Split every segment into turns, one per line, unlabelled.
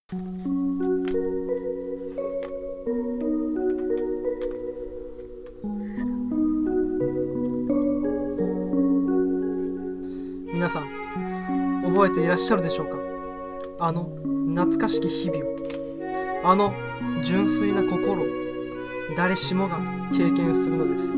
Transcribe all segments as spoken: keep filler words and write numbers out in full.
皆さん覚えていらっしゃるでしょうか。あの懐かしき日々を、あの純粋な心を誰しもが経験するのです。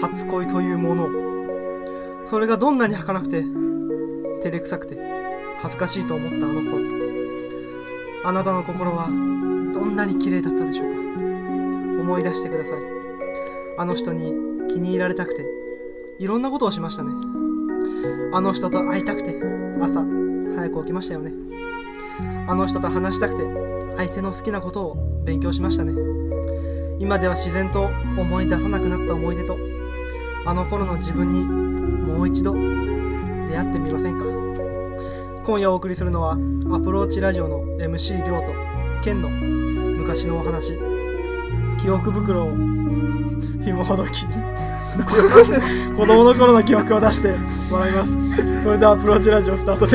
初恋というものを、それがどんなに儚くて照れくさくて恥ずかしいと思ったあの頃、あなたの心はどんなに綺麗だったでしょうか。思い出してください。あの人に気に入られたくていろんなことをしましたね。あの人と会いたくて朝早く起きましたよね。あの人と話したくて相手の好きなことを勉強しましたね。今では自然と思い出さなくなった思い出と、あの頃の自分にもう一度出会ってみませんか。今夜お送りするのはアプローチラジオの エムシー りょうとケンの昔のお話、記憶袋を紐ほどき子供の頃の記憶を出してもらいます。それではアプローチラジオスタートです。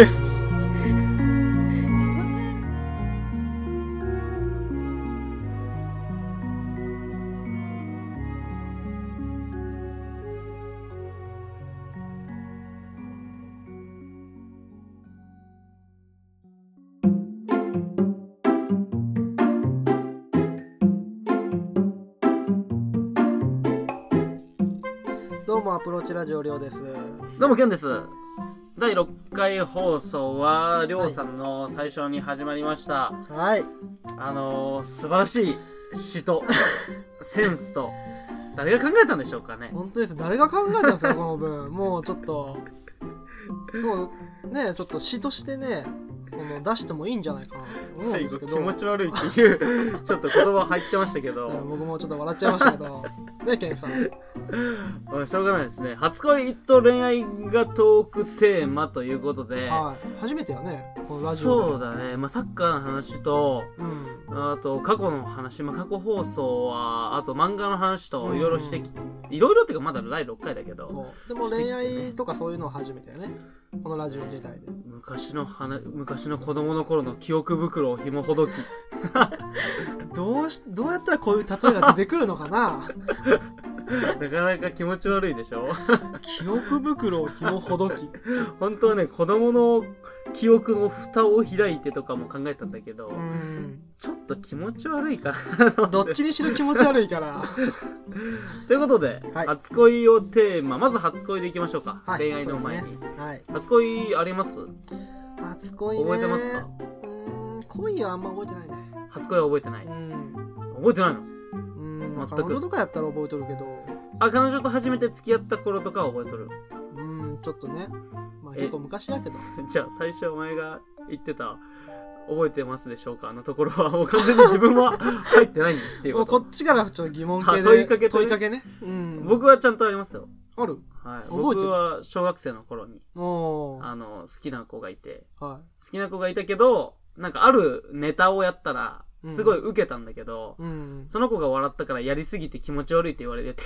どうもアプローチラジオりょうです。
どうもケンです。だいろっかい放送はりょうさんの最初に始まりました。
はい。
あのー、素晴らしい詩とセンスと誰が考えたんでしょうかね。
本当です。誰が考えたんですかこの文。もうちょっともうねちょっと詩としてねこの出してもいいんじゃないかなと思うんですけど、
最後気持ち悪いっていうちょっと言葉入ってましたけど
僕もちょっと笑っちゃいましたけどねケンさん。
しょうがないですね。初恋と恋愛がトークテーマということで、
はい、初めてやねこのラジオで。
そうだね、まあ、サッカーの話と、うん、あと過去の話、まあ、過去放送はあと漫画の話といろいろしてき、いろいろっていうかまだだいろっかいだけど、
でも恋愛とかそういうのは初めてやねこのラジオ自体で。
昔の話、昔の子供の頃の記憶袋を紐ほどき
どうしどうやったらこういう例えが出てくるのかな
なかなか気持ち悪いでしょ
記憶袋を紐ほどき
本当はね子供の記憶の蓋を開いてとかも考えたんだけど、うんちょっと気持ち悪いかな
どっちにしろ気持ち悪いから
ということで、はい、初恋をテーマ、まず初恋でいきましょうか、はい、恋愛の前に、ねはい、初恋あります？
初恋ね
覚えてますか？
うーん恋はあんま覚えてないね。
初恋は覚えてない。うん覚えてないの？
うん彼女とかやったら覚えとるけど、
あ彼女と初めて付き合った頃とかは覚えとる？
うんちょっとねまあ結構昔やけど
じゃあ最初お前が言ってた覚えてますでしょうかのところはもう完全に自分は入ってないっていうこと。
こっちからちょっと疑問系で
問いかけ
問いかけね、うん、
僕はちゃんとありますよ。
ある、
はい、僕は小学生の頃にあの好きな子がいて、はい、好きな子がいたけどなんかあるネタをやったらすごい受けたんだけど、うん、その子が笑ったからやりすぎて気持ち悪いって言われてて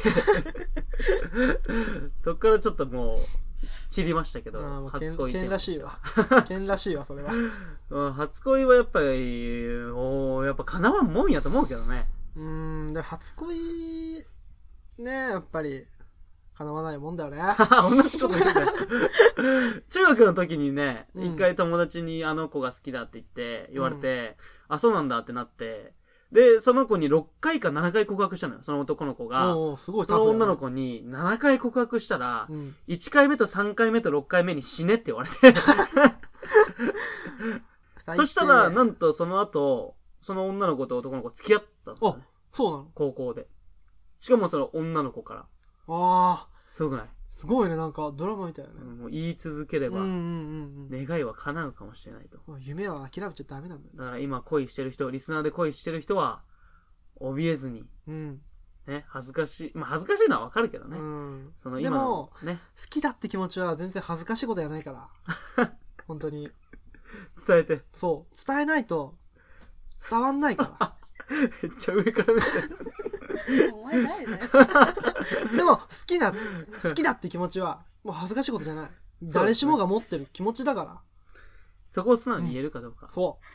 そっからちょっともう散りましたけど、初恋
剣らしいわ剣らしいわそれは
初恋はやっぱりおやっぱ叶わんもんやと思うけどね。
うーんで初恋ねやっぱり叶わないもんだよね
同じこと言うね中学の時にね一、うん、回友達にあの子が好きだって言って言われて、うん、あそうなんだってなって、でその子にろっかいかななかい告白したのよ。その男の子が
おすごい
その女の子にななかい告白したら、うん、いっかいめとさんかいめとろっかいめに死ねって言われてそしたらなんとその後その女の子と男の子付き合ったんですよ、ね、
あそうなの？
高校で。しかもその女の子から。
ああ
すごくない？
すごいね、なんかドラマみたいなね。
もう言い続ければ願いは叶うかもしれないと。
夢は諦めちゃダメなんだね。
だから今恋してる人、リスナーで恋してる人は怯えずに、うん、ね恥ずかしい、まあ恥ずかしいのはわかるけどね。うん、
その今のね、でも好きだって気持ちは全然恥ずかしいことやないから本当に
伝えて。
そう伝えないと伝わんないから
めっちゃ上から見て
お前誰だよ
でも好きな好きだって気持ちはもう恥ずかしいことじゃない。誰しもが持ってる気持ちだから。
そこを素直に言えるかどうか、
うん、そう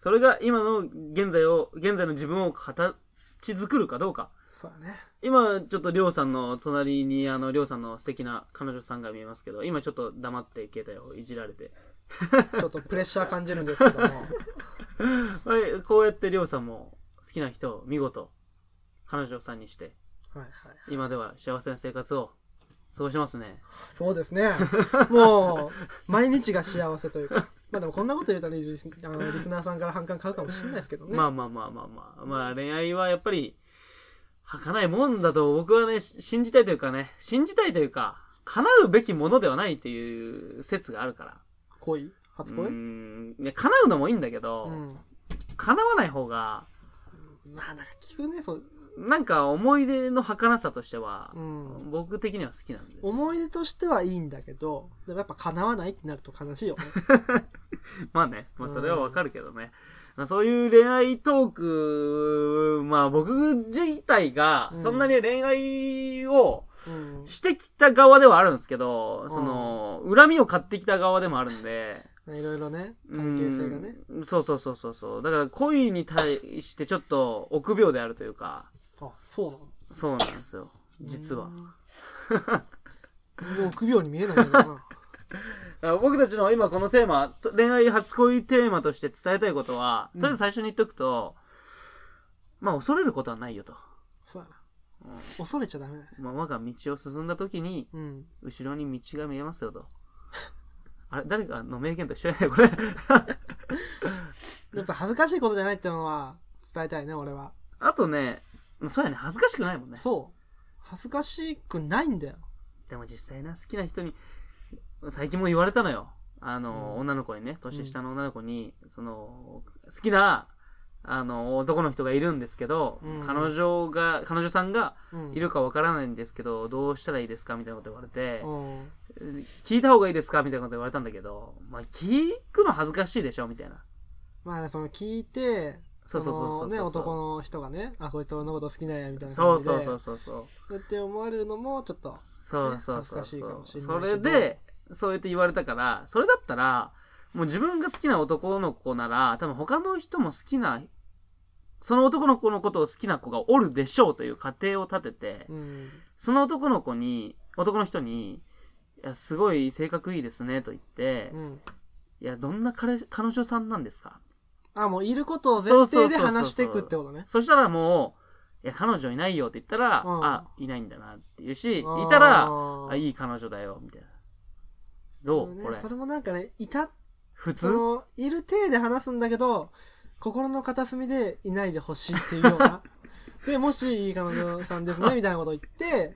それが今の現在を、現在の自分を形作るかどうか。
そうだね。
今、ちょっとりょうさんの隣に、あの、りょうさんの素敵な彼女さんが見えますけど、今ちょっと黙って携帯をいじられて。
ちょっとプレッシャー感じるんですけども。
こうやってりょうさんも好きな人を見事、彼女さんにして、
はいはい、
今では幸せな生活を過ごしますね。
そうですね。もう、毎日が幸せというか。まあでもこんなこと言うとリス、あのリスナーさんから反感買うかもしれないですけどね。
まあまあまあまあまあ。まあ恋愛はやっぱり、儚いもんだと僕はね、信じたいというかね、信じたいというか、叶うべきものではないという説があるから。
恋初恋う
ーん。いや、叶うのもいいんだけど、うん、叶わない方が、
まあなんか聞くね、そう。
なんか思い出の儚さとしては、うん、僕的には好きなんです。
思い出としてはいいんだけど、でもやっぱ叶わないってなると悲しいよね。
まあね、まあそれはわかるけどね。うん、まあ、そういう恋愛トーク、まあ僕自体がそんなに恋愛をしてきた側ではあるんですけど、うん、その、恨みを買ってきた側でもあるんで、
いろいろね、関係性がね。
うそうそうそうそうそう。だから恋に対してちょっと臆病であるというか、
あ、そうなの？
そうなんですよ。実は。
全然臆病に見えないんだよ
な。僕たちの今このテーマ、恋愛初恋テーマとして伝えたいことは、とりあえず最初に言っとくと、うん、まあ恐れることはないよと。
そうやな。うん、恐れちゃダメだよ。
まあ我が道を進んだ時に、うん、後ろに道が見えますよと。あれ誰かの名言と一緒やねこれ。
やっぱ恥ずかしいことじゃないってのは伝えたいね、俺は。
あとね、そうやね、恥ずかしくないもんね。
そう。恥ずかしくないんだよ。
でも実際な、好きな人に、最近も言われたのよ。あの、うん、女の子にね、年下の女の子に、うん、その、好きな、あの、男の人がいるんですけど、うん、彼女が、彼女さんがいるかわからないんですけど、どうしたらいいですかみたいなこと言われて、うん、聞いた方がいいですかみたいなこと言われたんだけど、まあ、聞くの恥ずかしいでしょみたいな。
まあね、その聞いて、
そうそうそうそう
ね、男の人がね、あ、こいつ俺のこと好きなんやみたいな
感じで、そうそうそうそう。
そうやって思われるのもちょっと、ね、
そうそうそうそう、
恥ずかしいかもしれないけど。
それで、そうやって言われたから、それだったら、もう自分が好きな男の子なら、多分他の人も好きな、その男の子のことを好きな子がおるでしょうという仮定を立てて、うん、その男の子に、男の人に、いや、すごい性格いいですねと言って、うん、いや、どんな彼、彼女さんなんですか？
あ、もういることを前提で話していくってことね。
そしたらもう、いや、彼女いないよって言ったら、うん、あ、いないんだなって言うし、いたら、あ、いい彼女だよ、みたいな。どう、
ね、
これ。
それもなんかね、いた、
普通
のいる体で話すんだけど、心の片隅でいないでほしいっていうような。で、もしいい彼女さんですね、みたいなこと言って、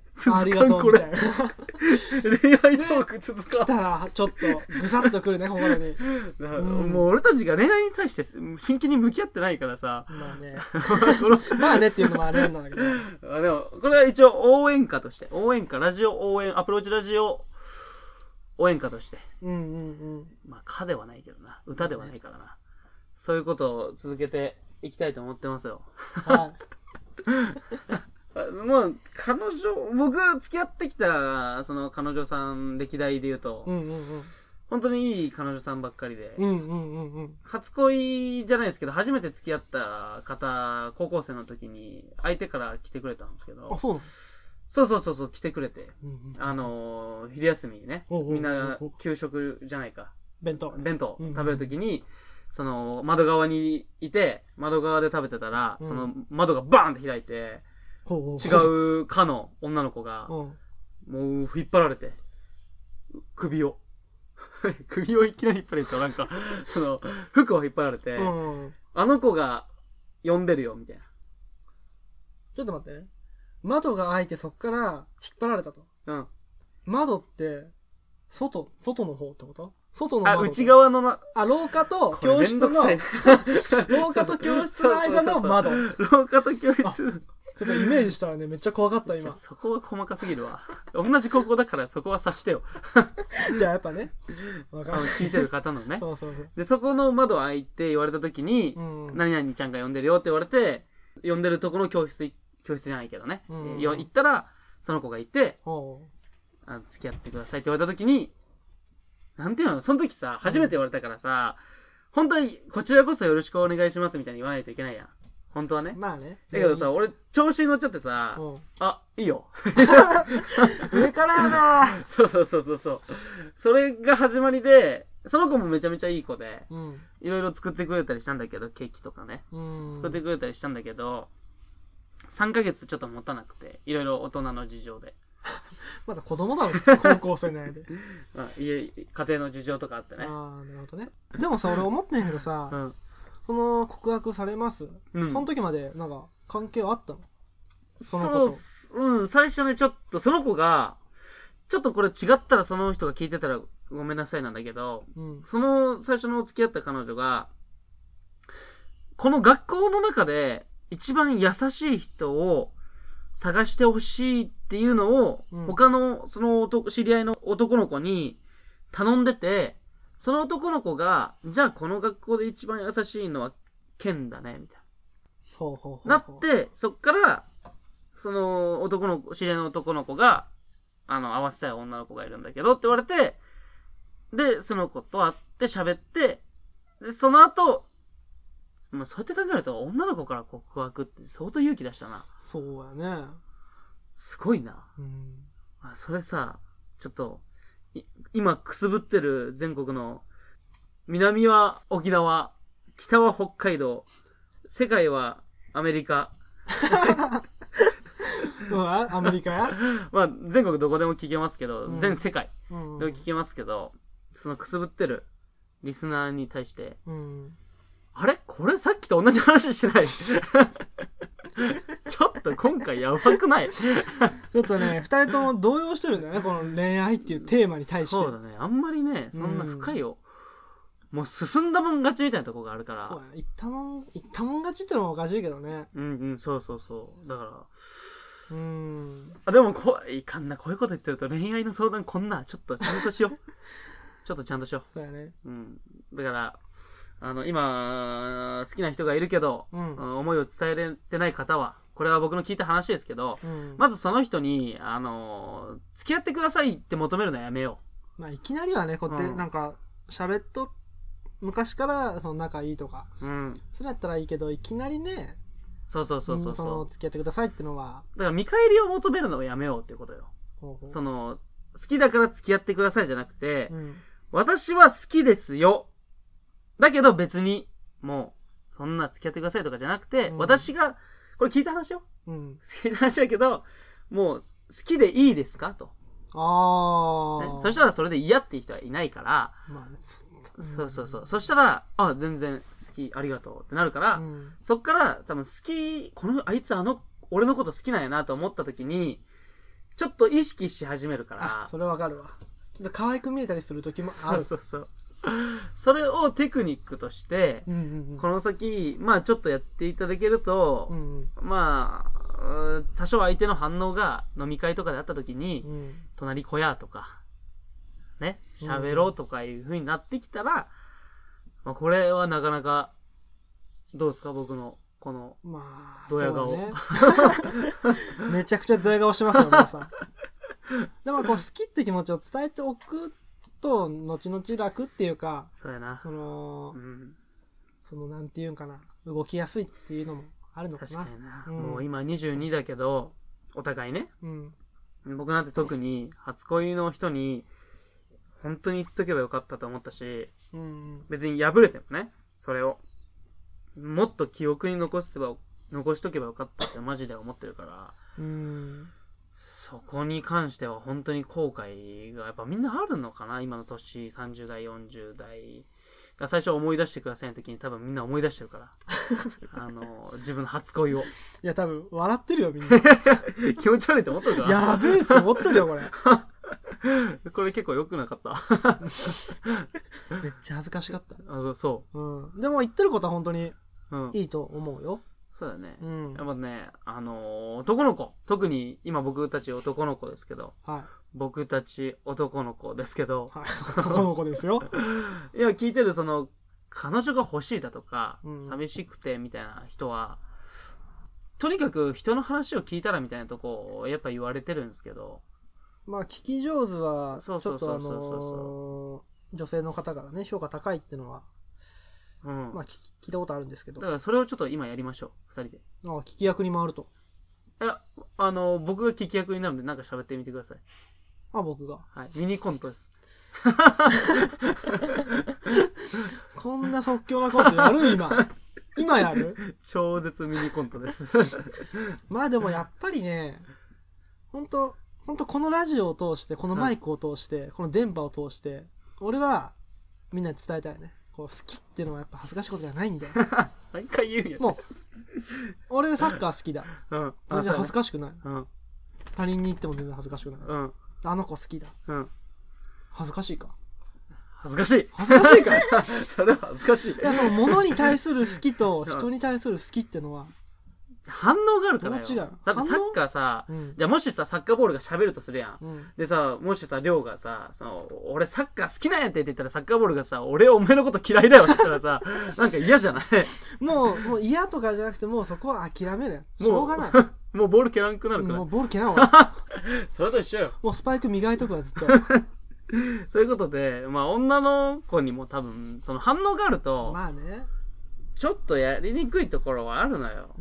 ありがとう、みたいな。
恋愛トーク続かん。
来たら、ちょっと、ぐさっとくるね、心に。
うん、もう俺たちが恋愛に対して真剣に向き合ってないからさ。
まあね。まあねっていうのもあれなんだけど。
あでも、これは一応応援歌として、応援歌、ラジオ応援、アプローチラジオ応援歌として。
うんうんうん。
まあ、歌ではないけどな。歌ではないからな。そういうことを続けていきたいと思ってますよ。
はい。
もう、彼女、僕付き合ってきた、その彼女さん歴代で言うと、うんうんうん、本当にいい彼女さんばっかりで、
うんうんうんうん、
初恋じゃないですけど、初めて付き合った方、高校生の時に、相手から来てくれたんですけど、
あ、そうなの？
そうそうそうそう、来てくれて、うんうん、あのー、昼休みにね、みんな給食じゃないか、
弁当。
弁当食べる時に、うんうん、その、窓側にいて、窓側で食べてたら、うん、その窓がバーンって開いて、
ほうほう
違う科の女の子が、もう引っ張られて、首を。首をいきなり引っ張られてた。なんか、その、服を引っ張られて、うん、あの子が呼んでるよ、みたいな。
ちょっと待ってね。窓が開いてそっから引っ張られたと。
うん。
窓って、外、外の方ってこと？外の窓。
あ、内側のな、
あ、廊下と教室の、廊下と教室の間の窓。
そうそうそう廊下と教室。
ちょっとイメージしたらね、めっちゃ怖かった今。
そこは細かすぎるわ。同じ高校だからそこは察してよ。
じゃあやっぱね、
わかる。聞いてる方のね。
そうそうそう。
で、そこの窓開いて言われた時に、うん、何々ちゃんが呼んでるよって言われて、呼んでるところの教室、教室じゃないけどね。うん、行ったら、その子がいて、あ、付き合ってくださいって言われた時に、なんていうのその時さ、初めて言われたからさ、うん、 本当にこちらこそよろしくお願いしますみたいに言わないといけないやん。本当はね。
まあね。
だけどさ、俺、調子に乗っちゃってさ、うん、あ、いいよ。
上からやな
そうそうそうそうそう。それが始まりで、その子もめちゃめちゃいい子で、いろいろ作ってくれたりしたんだけど、ケーキとかね。うん、作ってくれたりしたんだけど、さんかげつちょっと持たなくて、いろいろ大人の事情で。
まだ子供だろ、高校生の間で。
あ、家、家庭の事情とかあってね。
ああ、なるほどね。でもさ、俺思ってんけどさ、うん、その告白されます、うん、その時までなんか関係はあったの？その子と。
そう、うん、最初ね、ちょっとその子が、ちょっとこれ違ったらその人が聞いてたらごめんなさいなんだけど、うん、その最初の付き合った彼女が、この学校の中で一番優しい人を探してほしいっていうのを、うん、他のその男知り合いの男の子に頼んでて、その男の子が、じゃあこの学校で一番優しいのはケンだね、みたいな。
ほうほうほうほう。
なって、そっから、その男の子、知り合いの男の子が、あの、合わせたい女の子がいるんだけどって言われて、で、その子と会って喋って、で、その後、まあ、そうやって考えると女の子から告白って相当勇気出したな。
そうやね。
すごいな。うん。あ、それさ、ちょっと、今くすぶってる全国の、南は沖縄、北は北海道、世界はアメリカ。
うん、アメリカや
まあ、全国どこでも聞けますけど、うん、全世界でも聞けますけど、うん、そのくすぶってるリスナーに対して、うん、あれこれさっきと同じ話してないちょっと今回やばくない
ちょっとね、二人とも動揺してるんだよね、この恋愛っていうテーマに対して。
そうだね、あんまりね、そんな深いよ。うん、もう進んだもん勝ちみたいなとこがあるから。
そうやね、言ったもん、言ったもん勝ちってのもおかしいけどね。
うんうん、そうそうそう。だから、うーん。あ、でもこう、いかんな、こういうこと言ってると恋愛の相談こんな、ちょっとちゃんとしよう。ちょっとちゃんとしよう。
そうやね。
うん。だから、あの、今、好きな人がいるけど、うん、思いを伝えれてない方は、これは僕の聞いた話ですけど、うん、まずその人に、あの、付き合ってくださいって求めるのはやめよ
う。まあ、いきなりはね、こうやって、なんか、喋っと、昔からその仲いいとか、うん、それやったらいいけど、いきなりね、
そうそうそうそう。
その、付き合ってくださいってのは。
だから見返りを求めるのをやめようっていうことよ。ほうほう、その、好きだから付き合ってくださいじゃなくて、うん、私は好きですよ。だけど別に、もう、そんな付き合ってくださいとかじゃなくて、うん、私が、これ聞いた話よ。うん、聞いた話だけど、もう、好きでいいですかと。ああ、ね。そしたらそれで嫌っていう人はいないから、まあね、そうそうそう。そしたら、あ、全然好き、ありがとうってなるから、うん、そっから多分好き、この、あいつあの、俺のこと好きなんやなと思った時に、ちょっと意識し始めるから。
あ、それわかるわ。ちょっと可愛く見えたりする時もある。
そうそうそう。それをテクニックとして、うんうんうん、この先、まあちょっとやっていただけると、うんうん、まあ、多少相手の反応が飲み会とかであった時に、うん、隣小屋とか、ね、喋ろうとかいう風になってきたら、うん、まあこれはなかなか、どうですか僕の、この、まあ、ドヤ顔。ね、
めちゃくちゃドヤ顔してますよ、皆さん。でもこう好きって気持ちを伝えておくと、後々楽っていうか、
そうやな。
その、うん、そのなんていうんかな、動きやすいっていうのもあるのかな。
確かにな。うん、もう今にじゅうにだけど、お互いね。うん、僕なんて特に初恋の人に、本当に言っとけばよかったと思ったし、うん、別に破れてもね、それを、もっと記憶に残せば、残しとけばよかったってマジで思ってるから、うん、そこに関しては本当に後悔がやっぱみんなあるのかな、今の年さんじゅう代、よんじゅう代が最初思い出してくださいの時に多分みんな思い出してるから。あの、自分の初恋を。い
や多分笑ってるよみんな。
気持ち悪いと思ってるから。
やべえって思ってるよこれ。
これ結構良くなかった。
めっちゃ恥ずかしかった。
あ、そう。
うん。でも言ってることは本当にいいと思うよ。うん、
そうだね。うん。やっぱね、あのー、男の子。特に今僕たち男の子ですけど。はい。僕たち男の子ですけど。
はい。男の子ですよ。
いや、聞いてるその、彼女が欲しいだとか、うん、寂しくてみたいな人は、とにかく人の話を聞いたらみたいなとこをやっぱ言われてるんですけど。
まあ聞き上手はちょっとあの女性の方からね評価高いっていうのはうん、まあ聞いたことあるんですけど。
だからそれをちょっと今やりましょう、二人で。
ああ、聞き役に回ると。
いや、あの、僕が聞き役になるんでなんか喋ってみてください。
あ、僕が。
はい、ミニコントです。
こんな即興なコントやる今。今やる
超絶ミニコントです。
まあでもやっぱりね、ほんと、ほんとこのラジオを通して、このマイクを通して、はい、この電波を通して、俺はみんなに伝えたいね。こう好きっていうのはやっぱ恥ずかしいことじゃないんだよ。
毎回言うんや。
もう、俺サッカー好きだ。うん、全然恥ずかしくない、うん。他人に言っても全然恥ずかしくない。うん、あの子好きだ。うん、恥ずかしいか。
恥ずかしい。
恥ずかしいか。
それは恥ずかしい。い
や、その物に対する好きと人に対する好きってのは、
反応があるからよ。
どう違う？
だってサッカーさ、うん、じゃあもしさ、サッカーボールが喋るとするやん。うん、でさ、もしさ、りょうがさ、その、俺サッカー好きなんやって言ったら、サッカーボールがさ、俺お前のこと嫌いだよって言ったらさ、なんか嫌じゃない？
もう、もう嫌とかじゃなくて、もうそこは諦めるやん。しょうがない。
もうボール蹴らんくなるから。
もうボール蹴らんわ。
それと一緒よ。
もうスパイク磨いとくわ、ずっと。
そういうことで、まあ女の子にも多分、その反応があると、
まあね。
ちょっとやりにくいところはあるのよ。うん。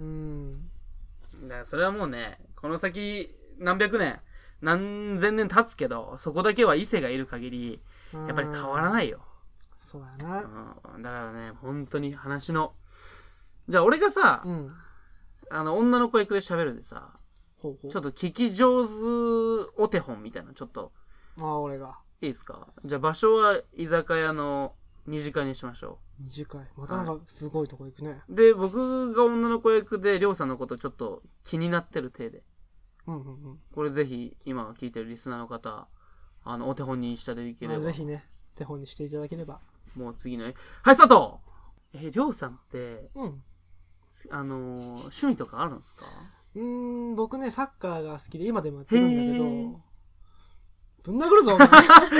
だからそれはもうね、この先何百年、何千年経つけど、そこだけは異性がいる限り、やっぱり変わらないよ。
そうやな。
うん。だからね、本当に話の。じゃあ俺がさ、うん、あの、女の子役で喋るんでさ、ほうほう、ちょっと聞き上手お手本みたいな、ちょっと。
ああ、俺が。
いいですか？じゃあ場所は居酒屋の二次会にしましょう。
二次会。またなんかすごいとこ行くね。はい、
で、僕が女の子役で、りょうさんのことちょっと気になってる体で。うんうんうん。これぜひ、今聞いてるリスナーの方、あの、お手本にしていただければ。
ぜひね、手本にしていただければ。
もう次の、はい、スタート！え、りょうさんって、うん。あのー、趣味とかあるんですか？
うーん、僕ね、サッカーが好きで、今でもやってるんだけど、ぶん殴るぞ、お前。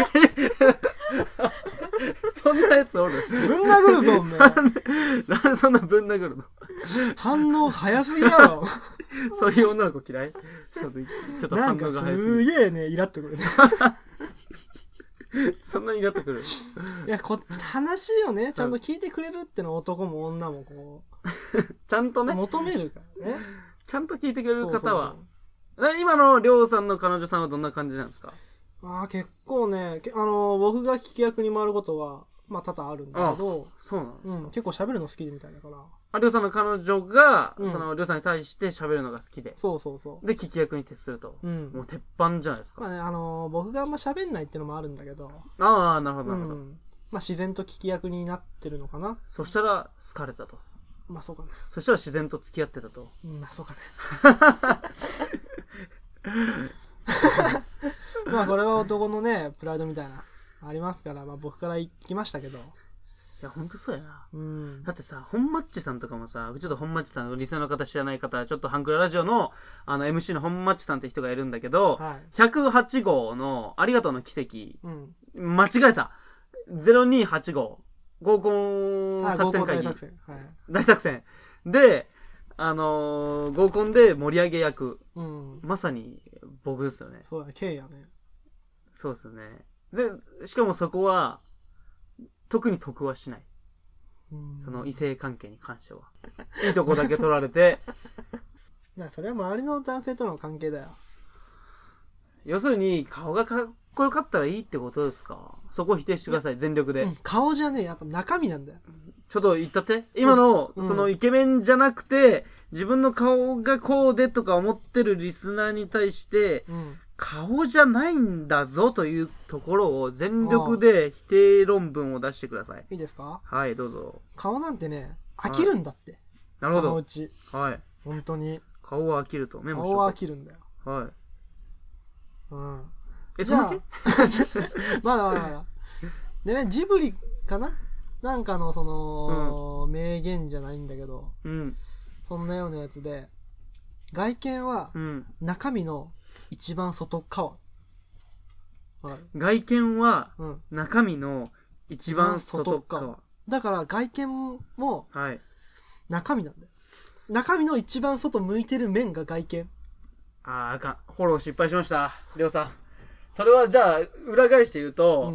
そんなやつおる？
ぶん殴るぞ、お前。
なんでそんなぶん殴るの？
反応早すぎやろ。
そういう女の子嫌い？ちょっと、ちょっと反応が早すぎる。
なんかすげえね、イラっとくるね。
そんなにイラっとくる？
いや、こっち、話をね、ちゃんと聞いてくれるってのは男も女もこ
う。ちゃんとね。
求めるからね。
ちゃんと聞いてくれる方は。そうそうそう、今のりょうさんの彼女さんはどんな感じなんですか？
ああ、結構ね、あのー、僕が聞き役に回ることは、まあ、多々あるんだけど、
そうなんですか、うん、
結構喋るの好きみたいだから。
あ、りょうさんの彼女が、うん、その、りょうさんに対して喋るのが好きで。
そうそうそう。
で、聞き役に徹すると。うん。もう鉄板じゃないですか。
まあね、あのー、僕があんま喋んないっていうのもあるんだけど。
ああ、なるほど、なるほど。うん、
まあ、自然と聞き役になってるのかな。
そしたら、好かれたと。
まあ、そうかね。
そしたら自然と付き合ってたと。
うん、まあ、そうかね。まあこれは男のねプライドみたいなありますから、まあ、僕から行きましたけど、い
やほんとそうやな、うん、だってさ本マッチさんとかもさ、ちょっと本マッチさんリスナーの方知らない方はちょっとハンクララジオのあの エムシー の本マッチさんって人がいるんだけど、はい、ひゃくはち号のありがとうの奇跡、うん、間違えたゼロにはち号合コン作戦会議、はい、大作戦であのー、合コンで盛り上げ役、うん、まさに僕ですよね。
そうだね、K やね。
そうですよね。で、しかもそこは、特に得はしない。うんその異性関係に関しては。いいとこだけ取られて。
いや、それは周りの男性との関係だよ。
要するに、顔がかっこよかったらいいってことですか？そこを否定してください、全力で、うん。
顔じゃねえ、やっぱ中身なんだよ。
ちょっと言ったって。今の、うん、そのイケメンじゃなくて、自分の顔がこうでとか思ってるリスナーに対して、うん、顔じゃないんだぞというところを全力で否定論文を出してください。
いいですか？
はい、どうぞ。
顔なんてね、飽きるんだって。はい、
なるほど。
そのうち。
はい。
本当に。
顔は飽きると。メモし
よう。顔は飽きるんだよ。
はい。
うん。
え、そんだけ
まだまだまだ。でね、ジブリかななんかのその、うん、名言じゃないんだけど、うん、そんなようなやつで、外見は中身の一番外側。
うん、外見は中身の一番外側。うん、
だから外見も中身なんだよ。中身の一番外向いてる面が外見。
ああ、あかん。フォロー失敗しました。りょうさん。それはじゃあ、裏返して言うと、うん、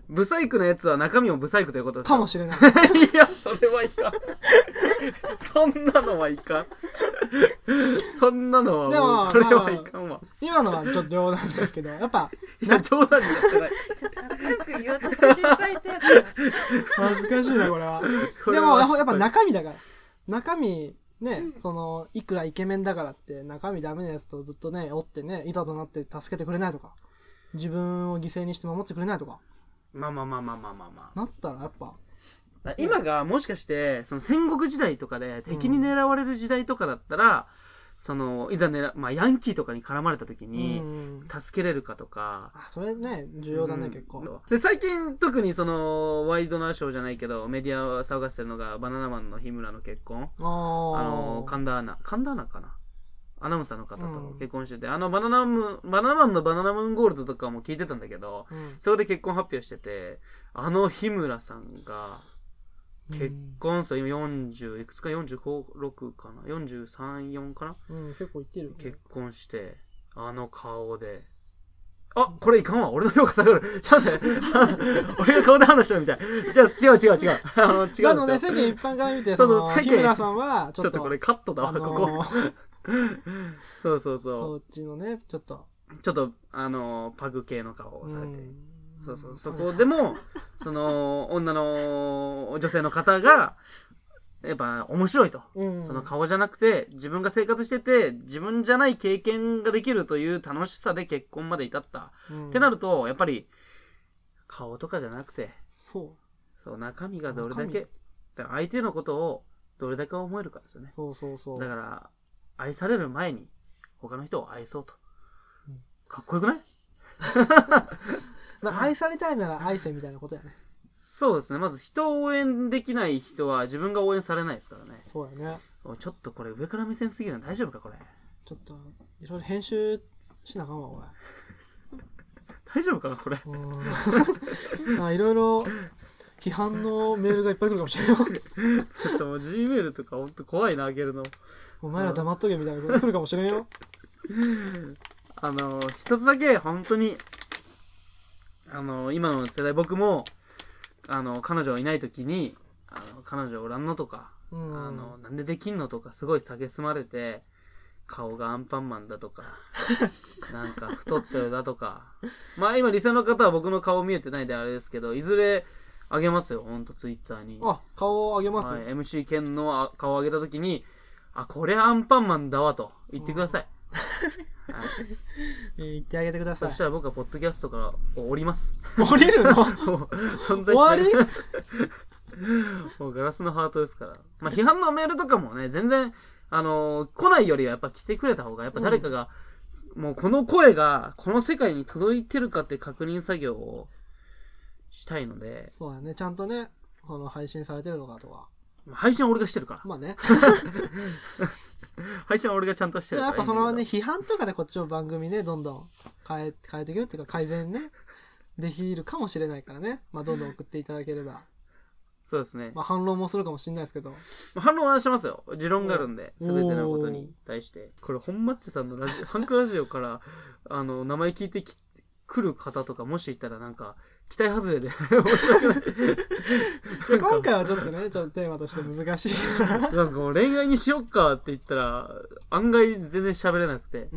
ブサイクなやつは中身もブサイクということです
かもしれない。
いや、それはいかん。そんなのはいかん。そんなのはもう、これはいかんわ。
今のはちょっと冗談ですけど、やっぱ、
いや、冗談になってない。
ちょっとかっこよく言おうとして失敗したやつだ。
恥ずかしいな、これは。でも、やっぱ中身だから。中身、ね、うん、その、いくらイケメンだからって、中身ダメなやつとずっとね、追ってね、いざとなって助けてくれないとか、自分を犠牲にして守ってくれないとか。
まあまあまあまあまあまあまあ。
なったらやっぱ。
今がもしかして、その戦国時代とかで敵に狙われる時代とかだったら、うん、その、いざね、まあヤンキーとかに絡まれた時に、助けれるかとか。
うん、あ、それね、重要だね、うん、結構。
で、最近特にその、ワイドナショーじゃないけど、メディアを騒がせてるのが、バナナマンの日村の結婚。あの、神田アナ。神田アナかなアナウンサーの方と結婚してて、うん、あのバナナムバナナマンのバナナムーンゴールドとかも聞いてたんだけど、うん、そこで結婚発表してて、あの日村さんが結婚数、うん、今よんじゅういくつかよんじゅうご、ろくかなよんじゅうさん、よんかな、
うん、結構いってる、ね、
結婚してあの顔で、あ、これいかんわ、俺の評価下がる。ちょっと待って俺が顔で話したみたい。じゃあ違う違う違うあの違うんですよ。
あのね、世間一般から見て、そうそう、日村さんはちょっと、
ちょっとこれカットだわ、あのー、ここそうそうそう。
そっちのね、ちょっと。
ちょっと、あの、パグ系の顔をされて。そうそう、そこでも、その、女の、女性の方が、やっぱ面白いと。その顔じゃなくて、自分が生活してて、自分じゃない経験ができるという楽しさで結婚まで至った。うん、ってなると、やっぱり、顔とかじゃなくて、
そう。
そう、中身がどれだけ、相手のことをどれだけ思えるかですよね。
そうそうそう。
だから、愛される前に他の人を愛そうと、うん、かっこよくない
まあ愛されたいなら愛せみたいなことやね。
そうですね。まず人を応援できない人は自分が応援されないですからね。
そうやね。
ちょっとこれ上から目線すぎるの大丈夫かこれ。
ちょっといろいろ編集しなあかんわおい。
大丈夫かなこれ。
あ、いろいろ批判のメールがいっぱい来るかもしれない。
ちょっともう G メールとかほんと怖いな、あげるの。
お前ら黙っとけみたいなこと来るかもしれんよ。
あの一つだけ本当にあの今の世代、僕もあの彼女いない時にあの彼女おらんのとか、うん、あのなんでできんのとかすごい蔑まれて、顔がアンパンマンだとかなんか太ってるだとか、まあ今リスナーの方は僕の顔見えてないであれですけど、いずれあげますよ、ほんとツイッターに。
あ、顔をあげます、
はい、エムシー ケンの顔をあげた時に、あ、これアンパンマンだわと言ってください。
はい、言ってあげてください。
そしたら僕はポッドキャストから降ります。
降りるの？
存在しない。終わり？もうガラスのハートですから。まあ批判のメールとかもね、全然あのー、来ないよりはやっぱ来てくれた方が、やっぱ誰かが、うん、もうこの声がこの世界に届いてるかって確認作業をしたいので。
そうだね、ちゃんとね、この配信されてるのかとか。
配信は俺がしてるから。
まあね。
配信は俺がちゃんとしてるから。
やっぱそのね、批判とかでこっちの番組ね、どんどん変え、変えていけるっていうか改善ね、できるかもしれないからね。まあどんどん送っていただければ。
そうですね。
まあ反論もするかもしれないですけど。
反論はしますよ。持論があるんで、すべてのことに対して。これ、本マッチさんのラジオ、ハンクラジオから、あの、名前聞いてき、来る方とかもしいたらなんか、期待外れで
今回はちょっとね、ちょっとテーマとして難しいから
なんかもう恋愛にしよっかって言ったら案外全然喋れなくて、
うん、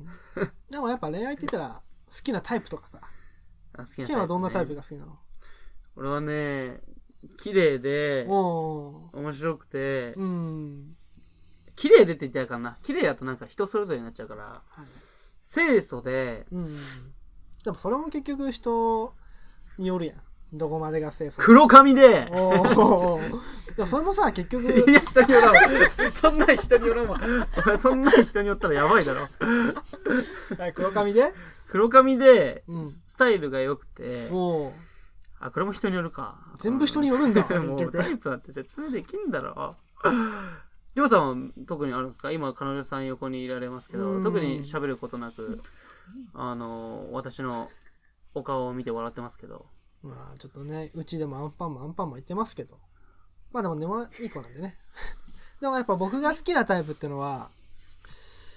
でもやっぱ恋愛って言ったら好きなタイプとかさ、
あ、好きなタイプ、ね、
ケンはどんなタイプが好きなの？
俺はね、綺麗で面白くて、うん、綺麗でって言ったらあかんな、綺麗だとなんか人それぞれになっちゃうから、はい、清楚で、うん、
でもそれも結局人によるやん。どこまでが清楚。
黒髪で。
おお。でもそれもさ、結局。
いや、人によらんわ。そんな人によらんわ。そんな人によったらやばいだろ。
黒髪で？
黒髪で、スタイルが良くて。お、あ、これも人によるか。
全部人によるんだ。
もうタイプなんて説明できんだろ。りょうさんは特にあるんですか？今、彼女さん横にいられますけど、特に喋ることなく、あの、私のお顔を見て笑ってますけど。
まあちょっとね、うちでもアンパンマンアンパンマン言ってますけど、まあでも根はいい子なんでね。でもやっぱ僕が好きなタイプってのは、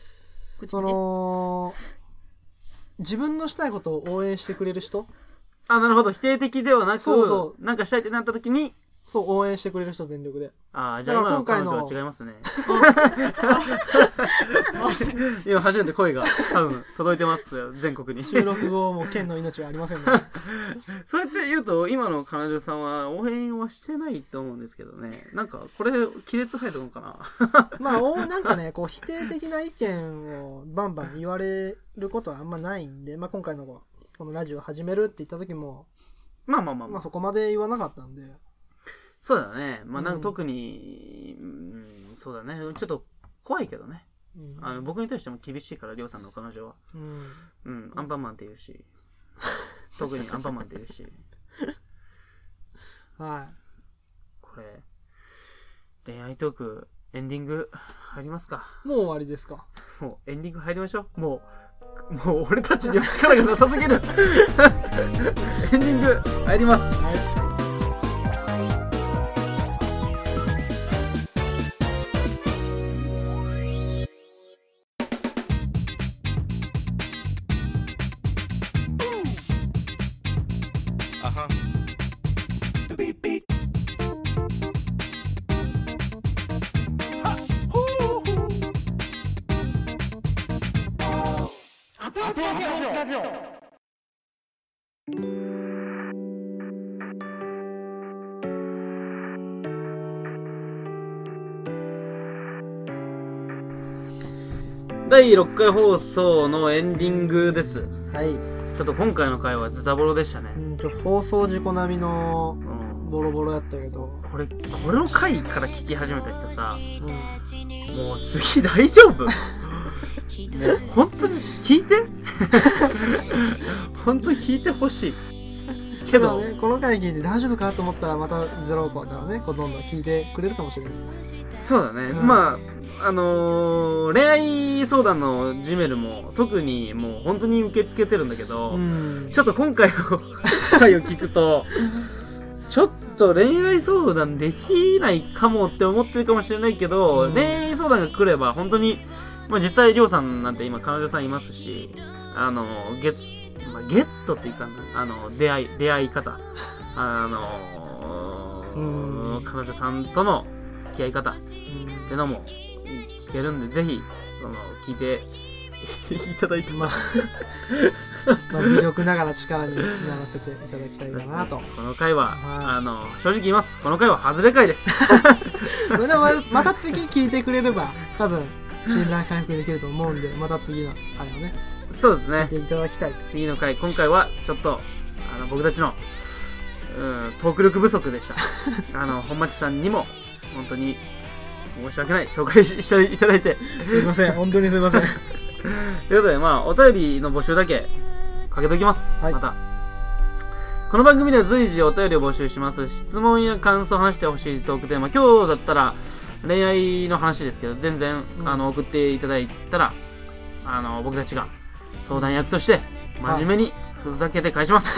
その自分のしたいことを応援してくれる人。
あ、なるほど。否定的ではなく、そうそうなんかしたいってなった時に、
そう、応援してくれる人全力で。
ああ、じゃあ今の彼女は違いますね。今初めて声が多分届いてますよ、全国に。
収録後も剣の命はありませんね。
そうやって言うと、今の彼女さんは応援はしてないと思うんですけどね。なんか、これ、亀裂入るのかな
まあ、なんかね、こう、否定的な意見をバンバン言われることはあんまないんで、まあ今回のこのラジオ始めるって言った時も、
まあまあまあまあ。
まあそこまで言わなかったんで。
そうだね。まあなんか特に、うん、うん、そうだね。ちょっと怖いけどね。うん、あの僕に対しても厳しいから、りょうさんの彼女は。うん。うん、アンパンマンって言うし。特にアンパンマンって言うし。
はい。
これ、恋愛トーク、エンディング入りますか。
もう終わりですか。
もうエンディング入りましょう。もう、もう俺たちには力がなさすぎる。エンディング入ります。はい。だいろっかい放送のエンディングです。
はい。
ちょっと今回の回はズタボロでしたね。
うん、ちょ放送事故並みのボロボロやったけど、
うん、これこれの回から聞き始めた人さ、うん、もう次大丈夫？もう本当に聞いて本当に聞いてほしいけど
ね、この回聞いて大丈夫かと思ったらまたゼロ個からね、こうどんどん聞いてくれるかもしれない。
そうだね、うん、まああのー、恋愛相談の Gmail も特にもう本当に受け付けてるんだけど、うん、ちょっと今回の回を聞くとちょっと恋愛相談できないかもって思ってるかもしれないけど、うん、恋愛相談が来れば本当に、まあ、実際りょうさんなんて今彼女さんいますし、あのゲッ、まあ、ゲットっていうかな、あの出会い出会い方、あのーうん、彼女さんとの付き合い方ってのも聞けるんで、ぜひその聞いていただいて、まあ、
まあ魅力ながら力にならせていただきたいかなと。
この回は、はい、あの正直言います、この回は外れ回です
でもまた次聞いてくれれば多分信頼回復できると思うんで、また次の回をね、
そうですね、
聞いていただきたい。
次の回、今回はちょっとあの僕たちのうんトーク力不足でしたあの本町さんにも本当に申し訳ない、紹介していただいて
すいません、本当にすいません
ということで、まあお便りの募集だけかけときます、はい、またこの番組では随時お便りを募集します。質問や感想を話してほしいトークテーマ、今日だったら恋愛の話ですけど、全然、うん、あの送っていただいたら、あの僕たちが相談役として真面目にふざけて返します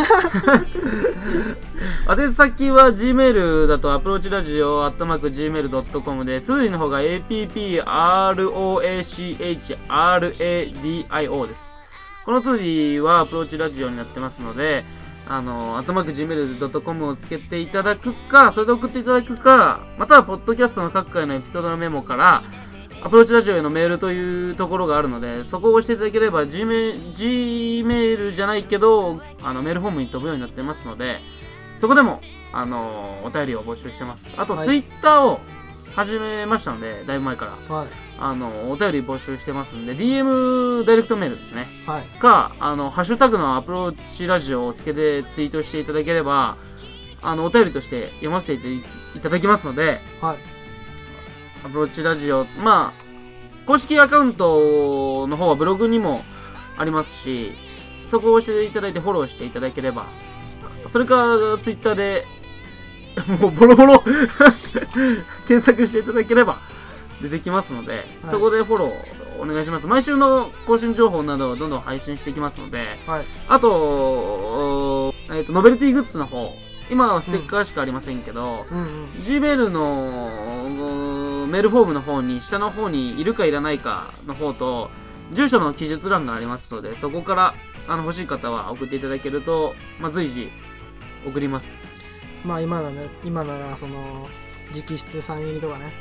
宛先は Gmail だとアプローチラジオアットマーク ジーメールドットコム で、綴りの方が エーピーピーアールオーエーシーエイチアールエーディーアイオー です。この綴りはアプローチラジオになってますので、あのアットマーク ジーメールドットコム をつけていただくか、それで送っていただくか、またはポッドキャストの各回のエピソードのメモからアプローチラジオへのメールというところがあるので、そこを押していただければ G メ、G メールじゃないけどあのメールフォームに飛ぶようになってますので、そこでもあのお便りを募集してます。あと、はい、ツイッターを始めましたので、だいぶ前から、はい、あのお便り募集してますんで、 ディーエム ダイレクトメールですね、はい、かあのハッシュタグのアプローチラジオをつけてツイートしていただければ、あのお便りとして読ませていただきますので、はい、アプローチラジオ、まあ公式アカウントの方はブログにもありますし、そこを押していただいてフォローしていただければ、それかツイッターでもうボロボロ検索していただければ出てきますので、はい、そこでフォローお願いします。毎週の更新情報などをどんどん配信していきますので、はい、あと、えーと、ノベルティグッズの方、今はステッカーしかありませんけど、うんうんうん、Gmail のメールフォームの方に下の方にいるかいらないかの方と住所の記述欄がありますので、そこからあの欲しい方は送っていただけると、まあ、随時送ります。
まあ今ならね、今ならその直筆サイン入りとかね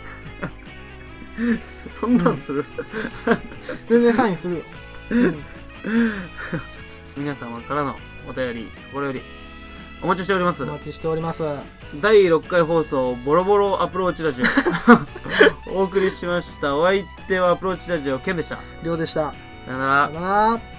そんなんする、うん、
全然サインするよ、うん、
皆様からのお便りこれよりお待ちしております。
お待ちしております。
だいろっかい放送ボロボロアプローチラジオお送りしました。お相手はアプローチラジオケンでした。
りょうでした。
さよなら。
さよなら。